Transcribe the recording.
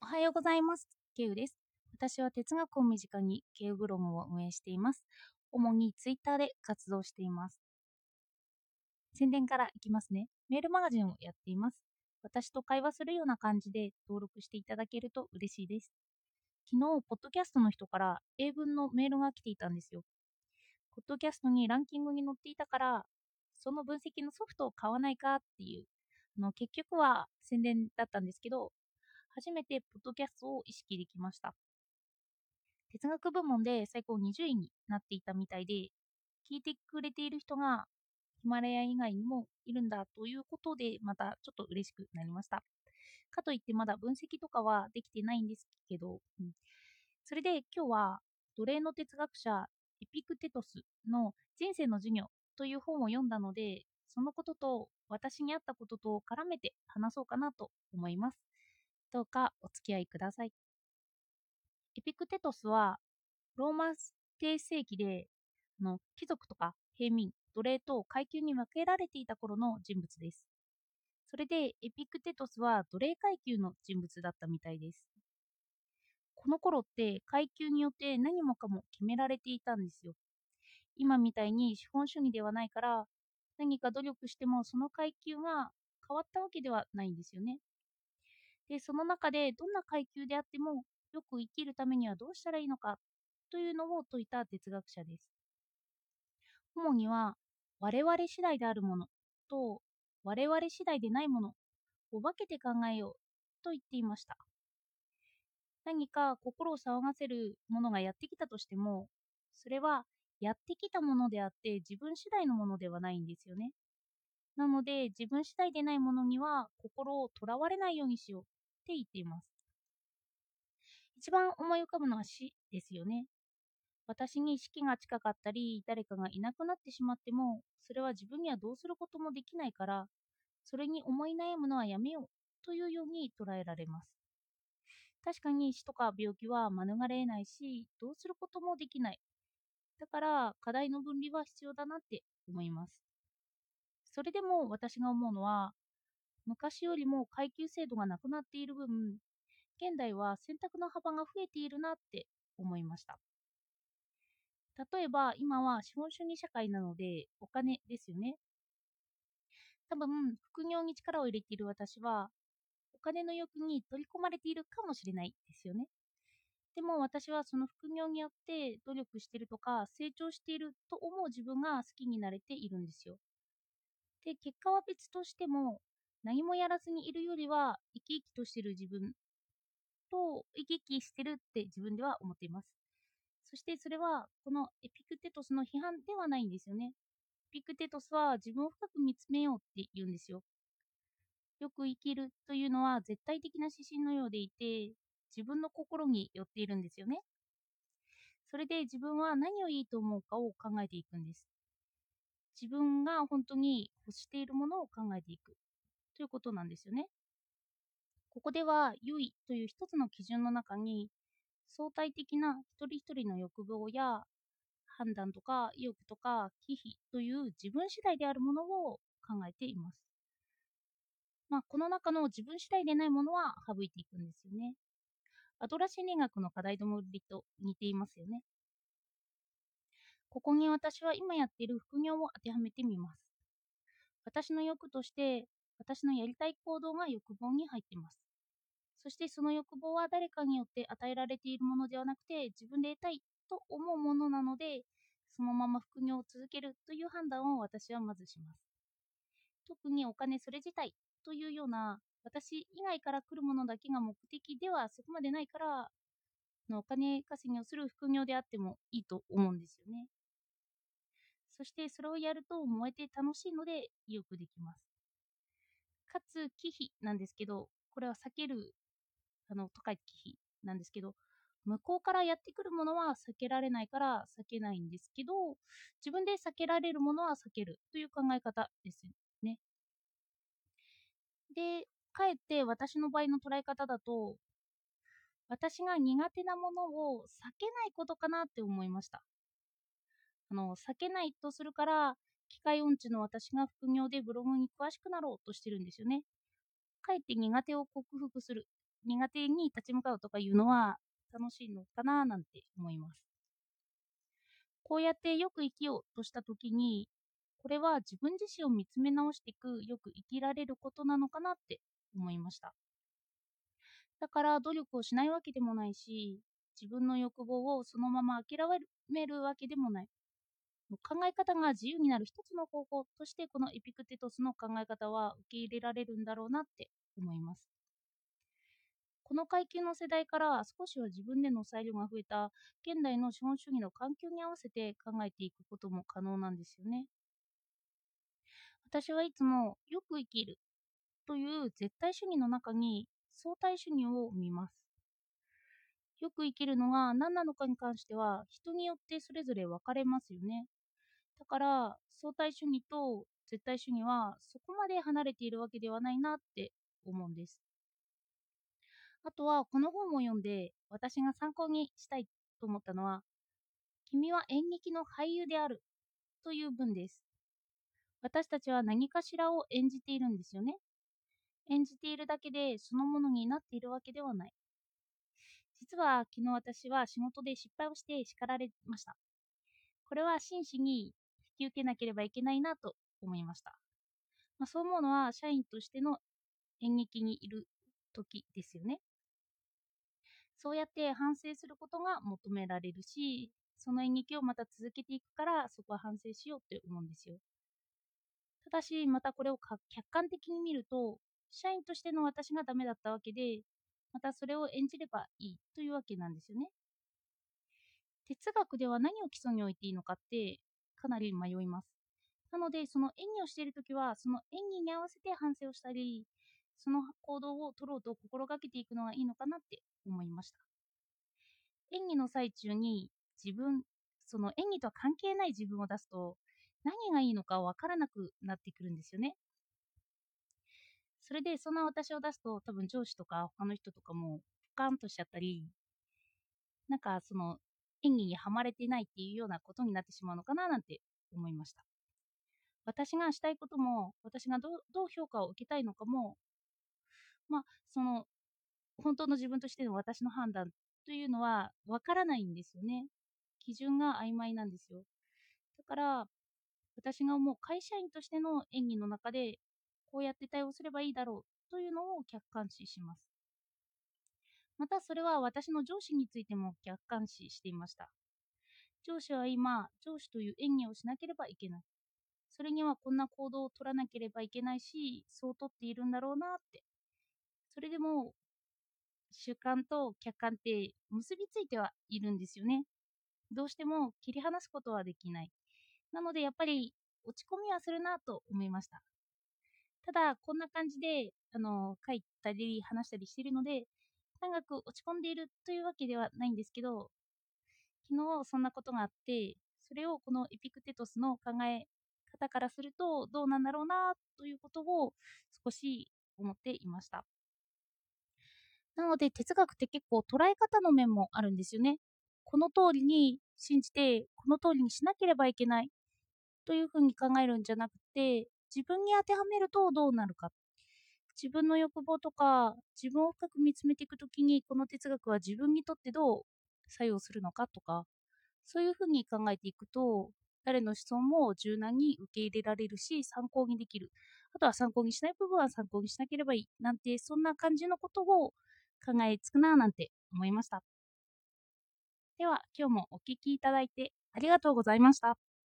おはようございます。ケウです。私は哲学を身近にケウブログを運営しています。主にツイッターで活動しています。宣伝からいきますね。メールマガジンをやっています。私と会話するような感じで登録していただけると嬉しいです。昨日、ポッドキャストの人から英文のメールが来ていたんですよ。ポッドキャストにランキングに載っていたから、その分析のソフトを買わないかっていう、結局は宣伝だったんですけど、初めてポッドキャストを意識できました。哲学部門で最高20位になっていたみたいで、聞いてくれている人がヒマラヤ以外にもいるんだということで、またちょっと嬉しくなりました。かといってまだ分析とかはできてないんですけど、それで今日は奴隷の哲学者エピクテトスの人生の授業という本を読んだので、そのことと私にあったことと絡めて話そうかなと思います。どうかお付き合いください。エピクテトスはローマ帝世紀で貴族とか平民、奴隷と階級に分けられていた頃の人物です。それでエピクテトスは奴隷階級の人物だったみたいです。この頃って階級によって何もかも決められていたんですよ。今みたいに資本主義ではないから、何か努力してもその階級が変わったわけではないんですよね。で、その中でどんな階級であってもよく生きるためにはどうしたらいいのかというのを説いた哲学者です。主には我々次第であるものと我々次第でないものを分けて考えようと言っていました。何か心を騒がせるものがやってきたとしても、それはやってきたものであって自分次第のものではないんですよね。なので自分次第でないものには心をとらわれないようにしようって言っています。一番思い浮かぶのは死ですよね。私に死期が近かったり、誰かがいなくなってしまっても、それは自分にはどうすることもできないから、それに思い悩むのはやめようというように捉えられます。確かに死とか病気は免れないし、どうすることもできない。だから課題の分離は必要だなって思います。それでも私が思うのは、昔よりも階級制度がなくなっている分、現代は選択の幅が増えているなって思いました。例えば今は資本主義社会なのでお金ですよね。多分副業に力を入れている私はお金の欲に取り込まれているかもしれないですよね。でも私はその副業によって努力しているとか成長していると思う自分が好きになれているんですよ。で、結果は別としても何もやらずにいるよりは生き生きとしている自分と生き生きしてるって自分では思っています。そしてそれはこのエピクテトスの批判ではないんですよね。エピクテトスは自分を深く見つめようって言うんですよ。よく生きるというのは絶対的な指針のようでいて、自分の心に寄っているんですよね。それで自分は何をいいと思うかを考えていくんです。自分が本当に欲しているものを考えていくということなんですよね。ここでは良いという一つの基準の中に相対的な一人一人の欲望や判断とか意欲とか忌避という自分次第であるものを考えています。この中の自分次第でないものは省いていくんですよね。アドラー心理学の課題の分離と似ていますよね。ここに私は今やっている副業を当てはめてみます。私の欲として私のやりたい行動が欲望に入っています。そしてその欲望は誰かによって与えられているものではなくて自分で得たいと思うものなので、そのまま副業を続けるという判断を私はまずします。特にお金それ自体というような私以外から来るものだけが目的ではそこまでないから、お金稼ぎをする副業であってもいいと思うんですよね。そしてそれをやると燃えて楽しいので意欲できます。かつ忌避なんですけど、これは避けると書いて忌避なんですけど、向こうからやってくるものは避けられないから避けないんですけど、自分で避けられるものは避けるという考え方ですね。で、かえって私の場合の捉え方だと、私が苦手なものを避けないことかなって思いました。避けないとするから、機械音痴の私が副業でブログに詳しくなろうとしてるんですよね。かえって苦手を克服する苦手に立ち向かうとかいうのは楽しいのかななんて思います。こうやってよく生きようとした時に、これは自分自身を見つめ直していく、よく生きられることなのかなって思いました。だから努力をしないわけでもないし、自分の欲望をそのまま諦めるわけでもない。考え方が自由になる一つの方法として、このエピクテトスの考え方は受け入れられるんだろうなって思います。この階級の世代から少しは自分での裁量が増えた現代の資本主義の環境に合わせて考えていくことも可能なんですよね。私はいつもよく生きるという絶対主義の中に相対主義を見ます。よく生きるのが何なのかに関しては人によってそれぞれ分かれますよね。だから相対主義と絶対主義はそこまで離れているわけではないなって思うんです。あとはこの本を読んで私が参考にしたいと思ったのは、君は演劇の俳優であるという文です。私たちは何かしらを演じているんですよね。演じているだけでそのものになっているわけではない。実は昨日私は仕事で失敗をして叱られました。これは真摯に引き受けなければいけないなと思いました。そう思うのは社員としての演劇にいる時ですよね。そうやって反省することが求められるし、その演劇をまた続けていくからそこは反省しようって思うんですよ。ただし、またこれを客観的に見ると、社員としての私がダメだったわけで、またそれを演じればいいというわけなんですよね。哲学では何を基礎に置いていいのかってかなり迷います。なので、その演技をしているときは、その演技に合わせて反省をしたり、その行動を取ろうと心がけていくのはいいのかなって思いました。演技の最中にその演技とは関係ない自分を出すと、何がいいのかわからなくなってくるんですよね。それで、そんな私を出すと、多分上司とか他の人とかも、ポカンとしちゃったり、なんかその演技にはまれてないっていうようなことになってしまうのかななんて思いました。私がしたいことも、私がどう評価を受けたいのかも、まあ、その本当の自分としての私の判断というのはわからないんですよね。基準が曖昧なんですよ。だから、私が思う会社員としての演技の中で、こうやって対応すればいいだろうというのを客観視します。またそれは私の上司についても客観視していました。上司は今、上司という演技をしなければいけない。それにはこんな行動を取らなければいけないし、そう取っているんだろうなって。それでも、主観と客観って結びついてはいるんですよね。どうしても切り離すことはできない。なのでやっぱり落ち込みはするなと思いました。ただ、こんな感じで、書いたり話したりしているので、長く落ち込んでいるというわけではないんですけど、昨日そんなことがあって、それをこのエピクテトスの考え方からするとどうなんだろうなということを少し思っていました。なので哲学って結構捉え方の面もあるんですよね。この通りに信じて、この通りにしなければいけないというふうに考えるんじゃなくて、自分に当てはめるとどうなるか。自分の欲望とか、自分を深く見つめていくときに、この哲学は自分にとってどう作用するのかとか、そういうふうに考えていくと、誰の思想も柔軟に受け入れられるし、参考にできる。あとは参考にしない部分は参考にしなければいい。なんて、そんな感じのことを考えつくななんて思いました。では、今日もお聞きいただいてありがとうございました。